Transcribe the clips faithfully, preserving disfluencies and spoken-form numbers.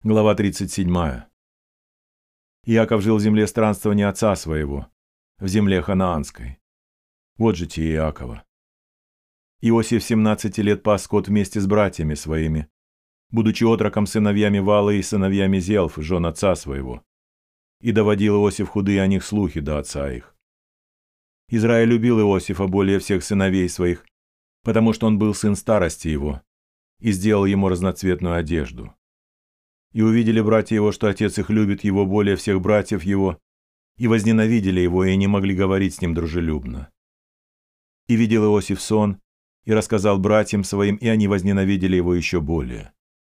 Глава тридцать седьмая. Иаков жил в земле странствования отца своего, в земле ханаанской. Вот житие Иакова. Иосиф семнадцати лет пас скот вместе с братьями своими, будучи отроком сыновьями Валы и сыновьями Зелф, жен отца своего. И доводил Иосиф худые о них слухи до отца их. Израиль любил Иосифа более всех сыновей своих, потому что он был сын старости его, и сделал ему разноцветную одежду. И увидели братья его, что отец их любит его более всех братьев его, и возненавидели его, и не могли говорить с ним дружелюбно. И видел Иосиф сон, и рассказал братьям своим, и они возненавидели его еще более.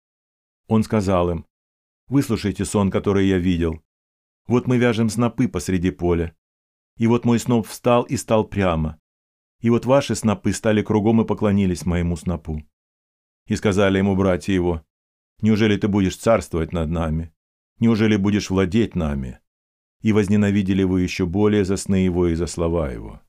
Он сказал им: «Выслушайте сон, который я видел. Вот мы вяжем снопы посреди поля, и вот мой сноп встал и стал прямо, и вот ваши снопы стали кругом и поклонились моему снопу». И сказали ему братья его: «Неужели ты будешь царствовать над нами? Неужели будешь владеть нами?» И возненавидели его еще более за сны его и за слова его.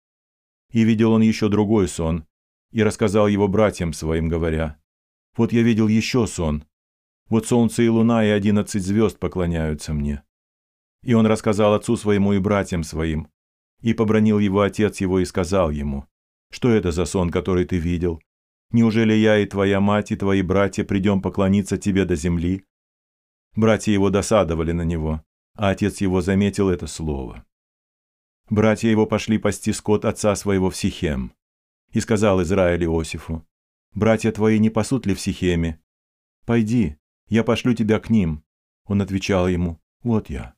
И видел он еще другой сон, и рассказал его братьям своим, говоря: «Вот я видел еще сон. Вот солнце и луна и одиннадцать звезд поклоняются мне». И он рассказал отцу своему и братьям своим. И побранил его отец его и сказал ему: «Что это за сон, который ты видел? Неужели я и твоя мать, и твои братья придем поклониться тебе до земли?» Братья его досадовали на него, а отец его заметил это слово. Братья его пошли пасти скот отца своего в Сихем. И сказал Израиль Иосифу: «Братья твои не пасут ли в Сихеме? Пойди, я пошлю тебя к ним». Он отвечал ему: «Вот я».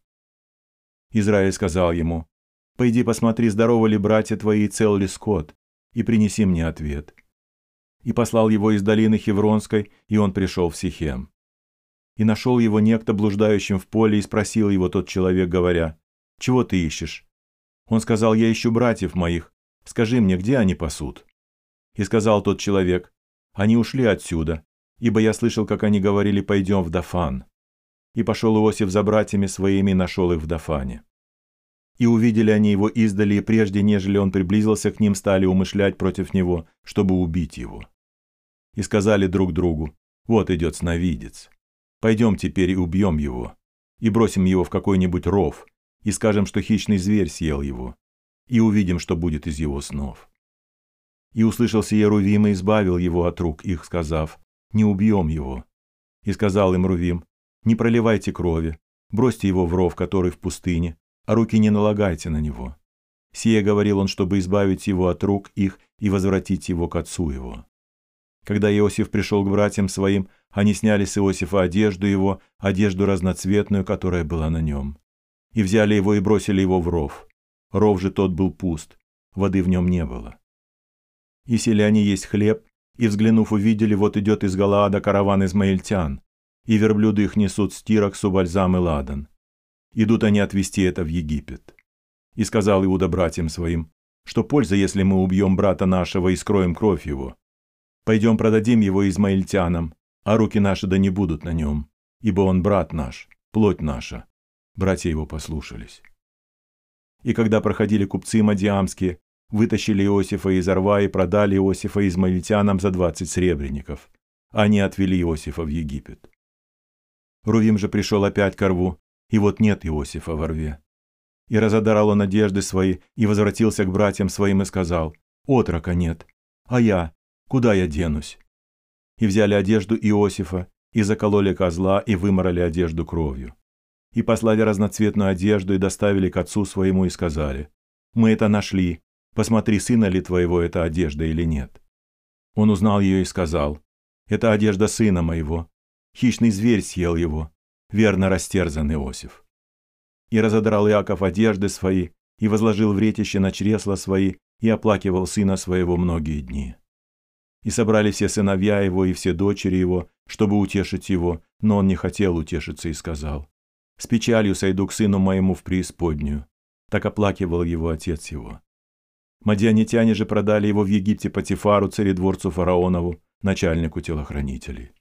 Израиль сказал ему: «Пойди посмотри, здоровы ли братья твои и цел ли скот, и принеси мне ответ». И послал его из долины Хевронской, и он пришел в Сихем. И нашел его некто блуждающим в поле, и спросил его тот человек, говоря: «Чего ты ищешь?» Он сказал: «Я ищу братьев моих. Скажи мне, где они пасут?» И сказал тот человек: «Они ушли отсюда, ибо я слышал, как они говорили: пойдем в Дафан». И пошел Иосиф за братьями своими и нашел их в Дафане. И увидели они его издали, и прежде, нежели он приблизился к ним, стали умышлять против него, чтобы убить его. И сказали друг другу: «Вот идет сновидец. Пойдем теперь и убьем его, и бросим его в какой-нибудь ров, и скажем, что хищный зверь съел его, и увидим, что будет из его снов». И услышал сие Рувим и избавил его от рук их, сказав: «Не убьем его». И сказал им Рувим: «Не проливайте крови, бросьте его в ров, который в пустыне, а руки не налагайте на него». Сие говорил он, чтобы избавить его от рук их и возвратить его к отцу его. Когда Иосиф пришел к братьям своим, они сняли с Иосифа одежду его, одежду разноцветную, которая была на нем. И взяли его и бросили его в ров. Ров же тот был пуст, воды в нем не было. И сели они есть хлеб, и, взглянув, увидели, вот идет из Галаада караван измаильтян, и верблюды их несут стирок, Субальзам и Ладан. Идут они отвезти это в Египет. И сказал Иуда братьям своим: «Что польза, если мы убьем брата нашего и скроем кровь его? Пойдем продадим его измаильтянам, а руки наши да не будут на нем, ибо он брат наш, плоть наша». Братья его послушались. И когда проходили купцы мадиамские, вытащили Иосифа из рва и продали Иосифа измаильтянам за двадцать сребреников. Они отвели Иосифа в Египет. Рувим же пришел опять ко рву, и вот нет Иосифа во рве. И разодрал он одежды свои, и возвратился к братьям своим и сказал: «Отрока нет, а я, куда я денусь?» И взяли одежду Иосифа, и закололи козла, и выморали одежду кровью. И послали разноцветную одежду, и доставили к отцу своему, и сказали: «Мы это нашли, посмотри, сына ли твоего эта одежда или нет». Он узнал ее и сказал: «Это одежда сына моего. Хищный зверь съел его, верно растерзан Иосиф». И разодрал Иаков одежды свои, и возложил в ретище на чресла свои, и оплакивал сына своего многие дни. И собрали все сыновья его и все дочери его, чтобы утешить его, но он не хотел утешиться и сказал: «С печалью сойду к сыну моему в преисподнюю». Так оплакивал его отец его. Мадианитяне же продали его в Египте Потифару, царедворцу фараонову, начальнику телохранителей.